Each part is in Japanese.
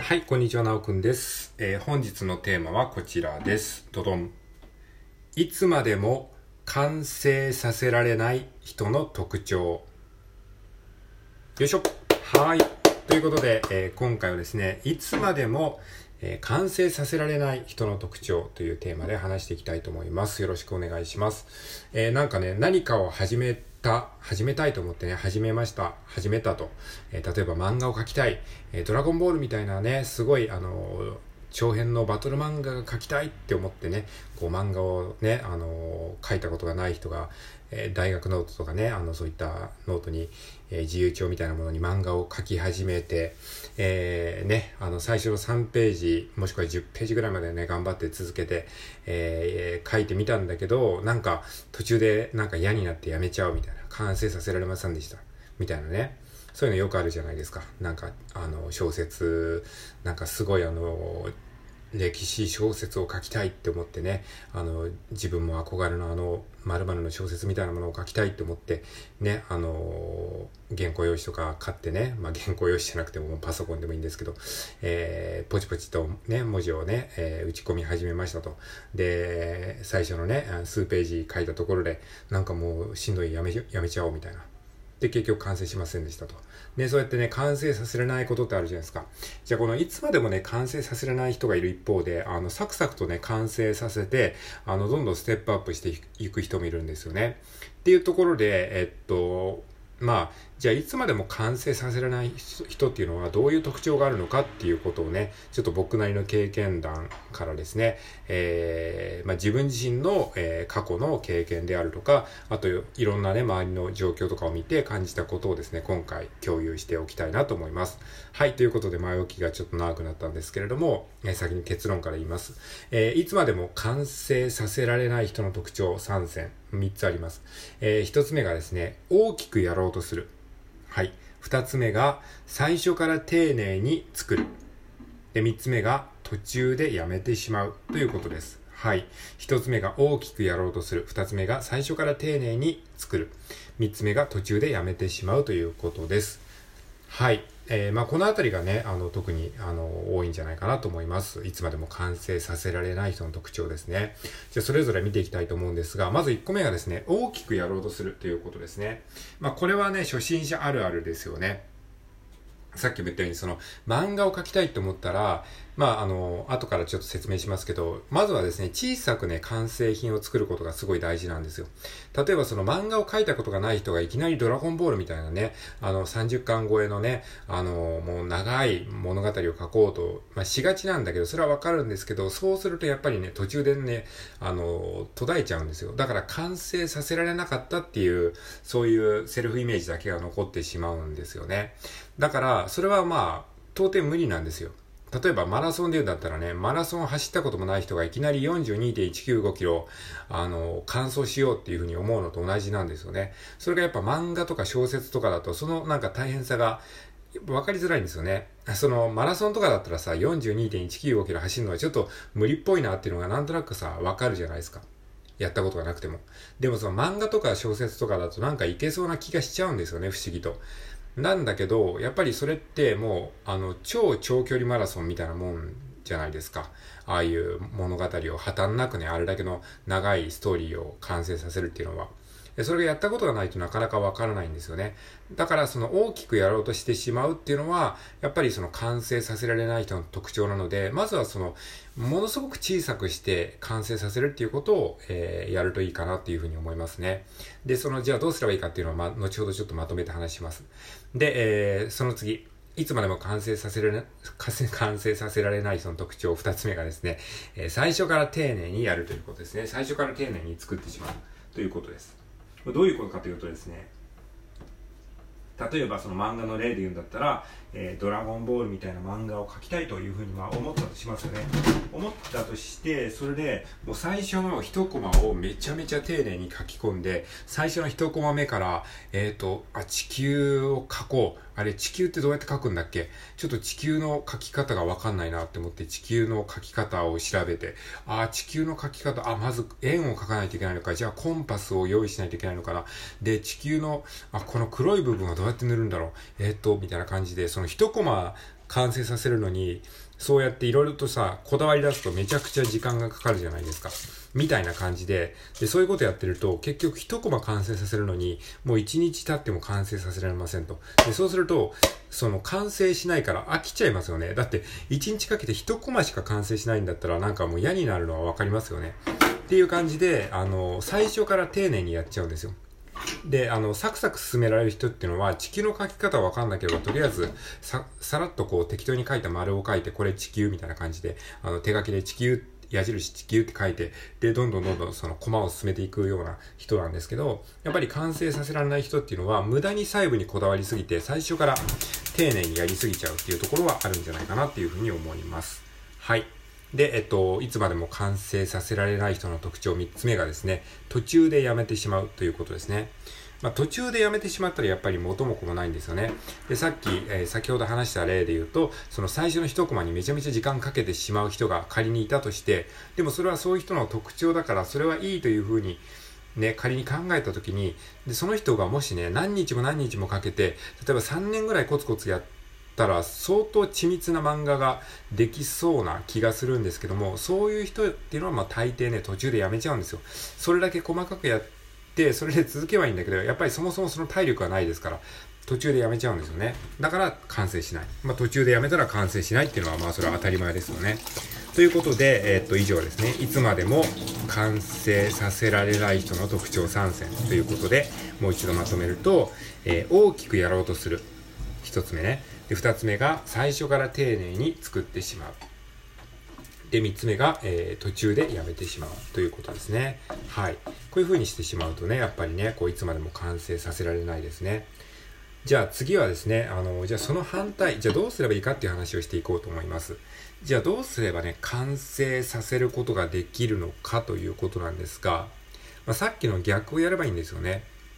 はい、こんにちは、なおくんです。本日のテーマはこちらです。どどん。いつまでも完成させられない人の特徴。よいしょ。はい。ということで、今回はですね、いつまでも、完成させられない人の特徴というテーマで話していきたいと思います。よろしくお願いします。なんかね、何かを始めたいと思ってね、始めたと。例えば漫画を描きたい。ドラゴンボールみたいなね、すごい、長編のバトル漫画が描きたいって思ってね、こう漫画をね、描いたことがない人が、大学ノートとかね、そういったノートに、自由帳みたいなものに漫画を描き始めて、最初の3ページ、もしくは10ページぐらいまでね、頑張って続けて、書いてみたんだけど、なんか途中でなんか嫌になってやめちゃうみたいな、完成させられませんでした。みたいなね。そういうのよくあるじゃないですか。なんか、小説、なんかすごい歴史小説を書きたいって思ってね、自分も憧れの〇〇の小説みたいなものを書きたいって思って、ね、原稿用紙とか買ってね、原稿用紙じゃなくてもパソコンでもいいんですけど、ポチポチとね、文字をね、打ち込み始めましたと。で、最初のね、数ページ書いたところで、なんかもうしんどいやめちゃおうみたいな。で、結局完成しませんでしたと。で、そうやってね、完成させれないことってあるじゃないですか。じゃあ、このいつまでもね、完成させれない人がいる一方で、サクサクとね、完成させて、どんどんステップアップしていく人もいるんですよね。っていうところで、じゃあいつまでも完成させられない人っていうのはどういう特徴があるのかっていうことをね、ちょっと僕なりの経験談からですね、自分自身の、過去の経験であるとか、あといろんなね、周りの状況とかを見て感じたことをですね、今回共有しておきたいなと思います。はい、ということで前置きがちょっと長くなったんですけれども、先に結論から言います。いつまでも完成させられない人の特徴3選、3つあります。1つ目がですね、大きくやろうとする。はい。2つ目が最初から丁寧に作る。で、3つ目が途中でやめてしまうということです。はい。1つ目が大きくやろうとする。2つ目が最初から丁寧に作る。3つ目が途中でやめてしまうということです。はい。このあたりがね、特に、多いんじゃないかなと思います。いつまでも完成させられない人の特徴ですね。じゃあ、それぞれ見ていきたいと思うんですが、まず1個目がですね、大きくやろうとするということですね。これはね、初心者あるあるですよね。さっきも言ったように、漫画を描きたいと思ったら、後からちょっと説明しますけど、まずはですね、小さくね、完成品を作ることがすごい大事なんですよ。例えば漫画を描いたことがない人がいきなりドラゴンボールみたいなね、30巻超えのね、もう長い物語を書こうと、しがちなんだけど、それはわかるんですけど、そうするとやっぱりね、途中でね、途絶えちゃうんですよ。だから完成させられなかったっていう、そういうセルフイメージだけが残ってしまうんですよね。だから、それは到底無理なんですよ。例えばマラソンで言うんだったらね、マラソンを走ったこともない人がいきなり 42.195 キロ、完走しようっていうふうに思うのと同じなんですよね。それがやっぱ漫画とか小説とかだと、そのなんか大変さが分かりづらいんですよね。マラソンとかだったらさ、42.195 キロ走るのはちょっと無理っぽいなっていうのがなんとなくさ、分かるじゃないですか。やったことがなくても。でも漫画とか小説とかだとなんかいけそうな気がしちゃうんですよね、不思議と。なんだけど、やっぱりそれってもう、超長距離マラソンみたいなもんじゃないですか。ああいう物語を破綻なくね、あれだけの長いストーリーを完成させるっていうのは。それがやったことがないとなかなかわからないんですよね。だから大きくやろうとしてしまうっていうのは、やっぱり完成させられない人の特徴なので、まずはものすごく小さくして完成させるっていうことを、やるといいかなっていうふうに思いますね。で、じゃあどうすればいいかっていうのは、後ほどちょっとまとめて話します。で、その次。いつまでも完成させられないその特徴二つ目がですね、最初から丁寧にやるということですね。最初から丁寧に作ってしまうということです。どういうことかというとですね、例えば漫画の例で言うんだったら、ドラゴンボールみたいな漫画を描きたいというふうに思ったとしますよね。思ったとして、それでもう最初の一コマをめちゃめちゃ丁寧に書き込んで、最初の一コマ目から、地球を描こう。あれ、地球ってどうやって描くんだっけ？ちょっと地球の描き方がわかんないなって思って、地球の描き方を調べて、地球の描き方、まず円を描かないといけないのか、じゃあコンパスを用意しないといけないのかな。で、地球の、この黒い部分はどうやって塗るんだろう。みたいな感じで、一コマ完成させるのに、そうやっていろいろとさ、こだわり出すとめちゃくちゃ時間がかかるじゃないですか。みたいな感じで、そういうことやってると、結局一コマ完成させるのに、もう1日経っても完成させられませんと。そうすると、完成しないから飽きちゃいますよね。だって、1日かけて1コマしか完成しないんだったら、なんかもう嫌になるのはわかりますよね。っていう感じで、最初から丁寧にやっちゃうんですよ。で、サクサク進められる人っていうのは、地球の書き方わかんなければ、とりあえず、さらっと適当に書いた丸を書いて、これ地球みたいな感じで、手書きで地球、矢印地球って書いて、で、どんどんコマを進めていくような人なんですけど、やっぱり完成させられない人っていうのは、無駄に細部にこだわりすぎて、最初から丁寧にやりすぎちゃうっていうところはあるんじゃないかなっていうふうに思います。はい。で、いつまでも完成させられない人の特徴3つ目がですね、途中でやめてしまうということですね。途中でやめてしまったらやっぱり元も子もないんですよね。で、先ほど話した例で言うと、最初の一コマにめちゃめちゃ時間かけてしまう人が仮にいたとして、でもそれはそういう人の特徴だから、それはいいというふうに、ね、仮に考えたときに、で、その人がもしね、何日もかけて、例えば3年ぐらいコツコツやったら、相当緻密な漫画ができそうな気がするんですけども、そういう人っていうのは大抵ね、途中でやめちゃうんですよ。それだけ細かくやって、それで続けばいいんだけど、やっぱりそもそもその体力がないですから、途中でやめちゃうんですよね。だから完成しない。途中でやめたら完成しないっていうのは、それは当たり前ですよね。ということで、以上ですね。いつまでも完成させられない人の特徴3選ということで、もう一度まとめると、大きくやろうとする。一つ目ね。で、二つ目が最初から丁寧に作ってしまう。で、三つ目が、途中でやめてしまうということですね。はい。こういう風にしてしまうとね、やっぱりね、いつまでも完成させられないですね。じゃあ次はですね、じゃあその反対、じゃあどうすればいいかっていう話をしていこうと思います。じゃあどうすればね、完成させることができるのかということなんですが、さっきの逆をやればいいんですよね。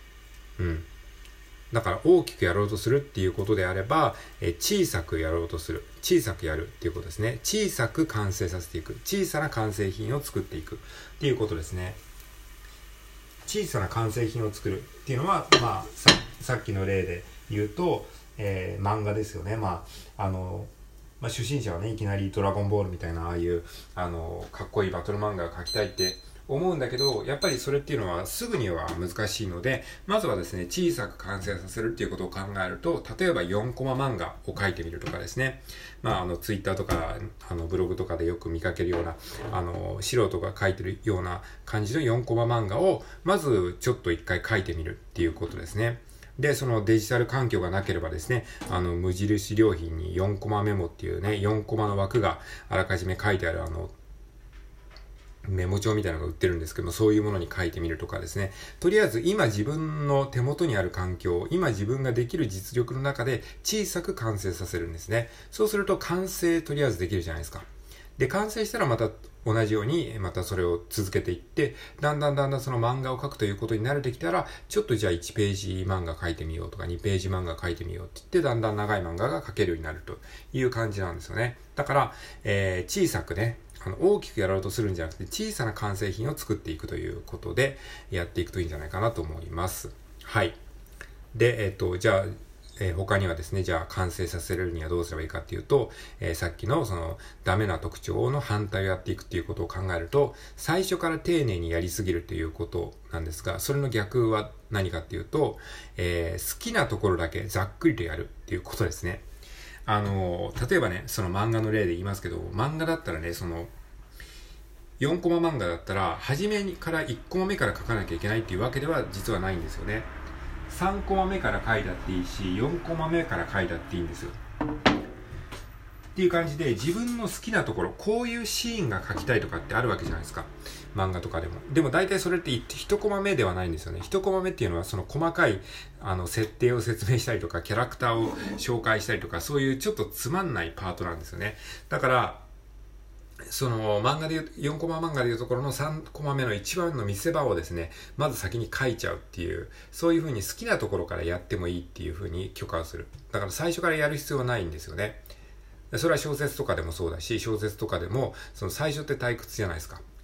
だから大きくやろうとするっていうことであれば、小さくやろうとする。小さくやるっていうことですね。小さく完成させていく。小さな完成品を作っていくっていうことですね。小さな完成品を作るっていうのは、さっきの例で言うと、漫画ですよね。初心者はね、いきなりドラゴンボールみたいな、ああいう、かっこいいバトル漫画を描きたいって思うんだけど、やっぱりそれっていうのはすぐには難しいので、まずはですね、小さく完成させるっていうことを考えると、例えば4コマ漫画を描いてみるとかですね、ツイッターとか、ブログとかでよく見かけるような、素人が描いてるような感じの4コマ漫画を、まずちょっと一回描いてみるっていうことですね。で、そのデジタル環境がなければですね、無印良品に4コマメモっていうね、4コマの枠があらかじめ書いてあるメモ帳みたいなのが売ってるんですけども、そういうものに書いてみるとかですね。とりあえず今自分の手元にある環境、今自分ができる実力の中で小さく完成させるんですね。そうすると完成とりあえずできるじゃないですか。で、完成したらまた同じようにまたそれを続けていって、だんだんその漫画を描くということに慣れてきたら、ちょっとじゃあ1ページ漫画描いてみようとか2ページ漫画描いてみようって言って、だんだん長い漫画が描けるようになるという感じなんですよね。だから、小さくね、大きくやろうとするんじゃなくて、小さな完成品を作っていくということで、やっていくといいんじゃないかなと思います。はい。で、じゃあ、他にはですね、じゃあ完成させるにはどうすればいいかっていうと、さっきのダメな特徴の反対をやっていくっていうことを考えると、最初から丁寧にやりすぎるということなんですが、それの逆は何かっていうと、好きなところだけざっくりとやるっていうことですね。例えばね、その漫画の例で言いますけど、漫画だったらね、4コマ漫画だったら、初めから1コマ目から書かなきゃいけないっていうわけでは実はないんですよね。3コマ目から書いたっていいし、4コマ目から書いたっていいんですよ。っていう感じで、自分の好きなところ、こういうシーンが書きたいとかってあるわけじゃないですか。漫画とかでも。でも大体それって1コマ目ではないんですよね。1コマ目っていうのはその細かい設定を説明したりとか、キャラクターを紹介したりとか、そういうちょっとつまんないパートなんですよね。だから、漫画で4コマ漫画でいうところの3コマ目の一番の見せ場をですね、まず先に書いちゃうっていう、そういう風に好きなところからやってもいいっていう風に許可をする。だから最初からやる必要はないんですよね。それは小説とかでもそうだし、小説とかでも、最初って退屈じゃないですか。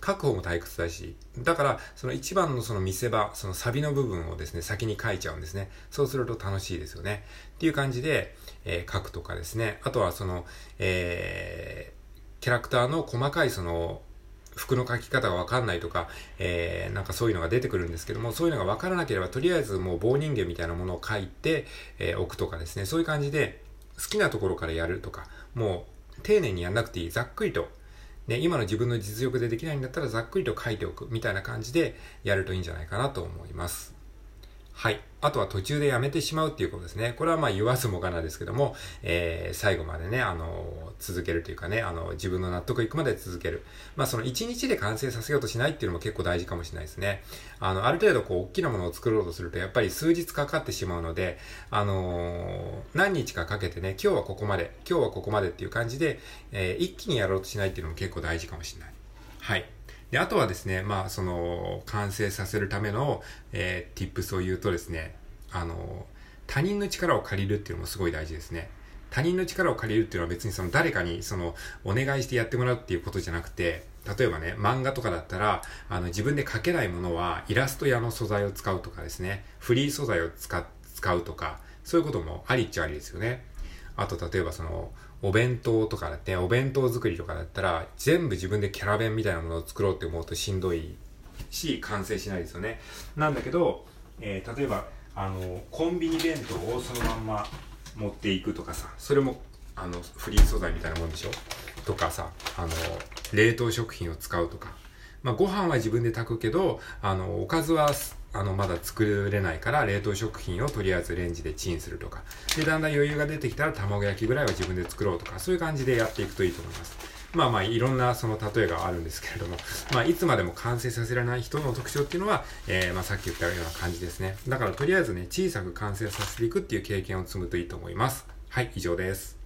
書く方も退屈だし、だからその一番のその見せ場、そのサビの部分をですね、先に書いちゃうんですね。そうすると楽しいですよね。っていう感じで、書くとかですね。あとはその、キャラクターの細かいその、服の描き方がわかんないとか、なんかそういうのが出てくるんですけども、そういうのがわからなければ、とりあえずもう棒人間みたいなものを描いて、おくとかですね、そういう感じで、好きなところからやるとか、もう、丁寧にやんなくていい、ざっくりと、ね、今の自分の実力でできないんだったら、ざっくりと書いておく、みたいな感じで、やるといいんじゃないかなと思います。はい。あとは途中でやめてしまうっていうことですね。これはまあ言わずもがなですけども、最後までね、続けるというかね、自分の納得いくまで続ける。まあその1日で完成させようとしないっていうのも結構大事かもしれないですね。ある程度こう大きなものを作ろうとするとやっぱり数日かかってしまうので、何日かかけてね、今日はここまで、今日はここまでっていう感じで、一気にやろうとしないっていうのも結構大事かもしれない。はい。で、あとはですね、まあ、その、完成させるための、tips を言うとですね、他人の力を借りるっていうのもすごい大事ですね。他人の力を借りるっていうのは別にその誰かにその、お願いしてやってもらうっていうことじゃなくて、例えばね、漫画とかだったら、自分で描けないものは、イラスト屋の素材を使うとかですね、フリー素材を使うとか、そういうこともありっちゃありですよね。あと、例えばその、お弁当とかだって、お弁当作りとかだったら、全部自分でキャラ弁みたいなものを作ろうって思うとしんどいし、完成しないですよね。なんだけど、例えば、コンビニ弁当をそのまんま持っていくとかさ、それも、フリー素材みたいなもんでしょとかさ、冷凍食品を使うとか。まあ、ご飯は自分で炊くけど、おかずは、まだ作れないから冷凍食品をとりあえずレンジでチンするとか。で、だんだん余裕が出てきたら卵焼きぐらいは自分で作ろうとか、そういう感じでやっていくといいと思います。まあまあ、いろんなその例えがあるんですけれども、まあ、いつまでも完成させられない人の特徴っていうのは、まあ、さっき言ったような感じですね。だからとりあえずね、小さく完成させていくっていう経験を積むといいと思います。はい、以上です。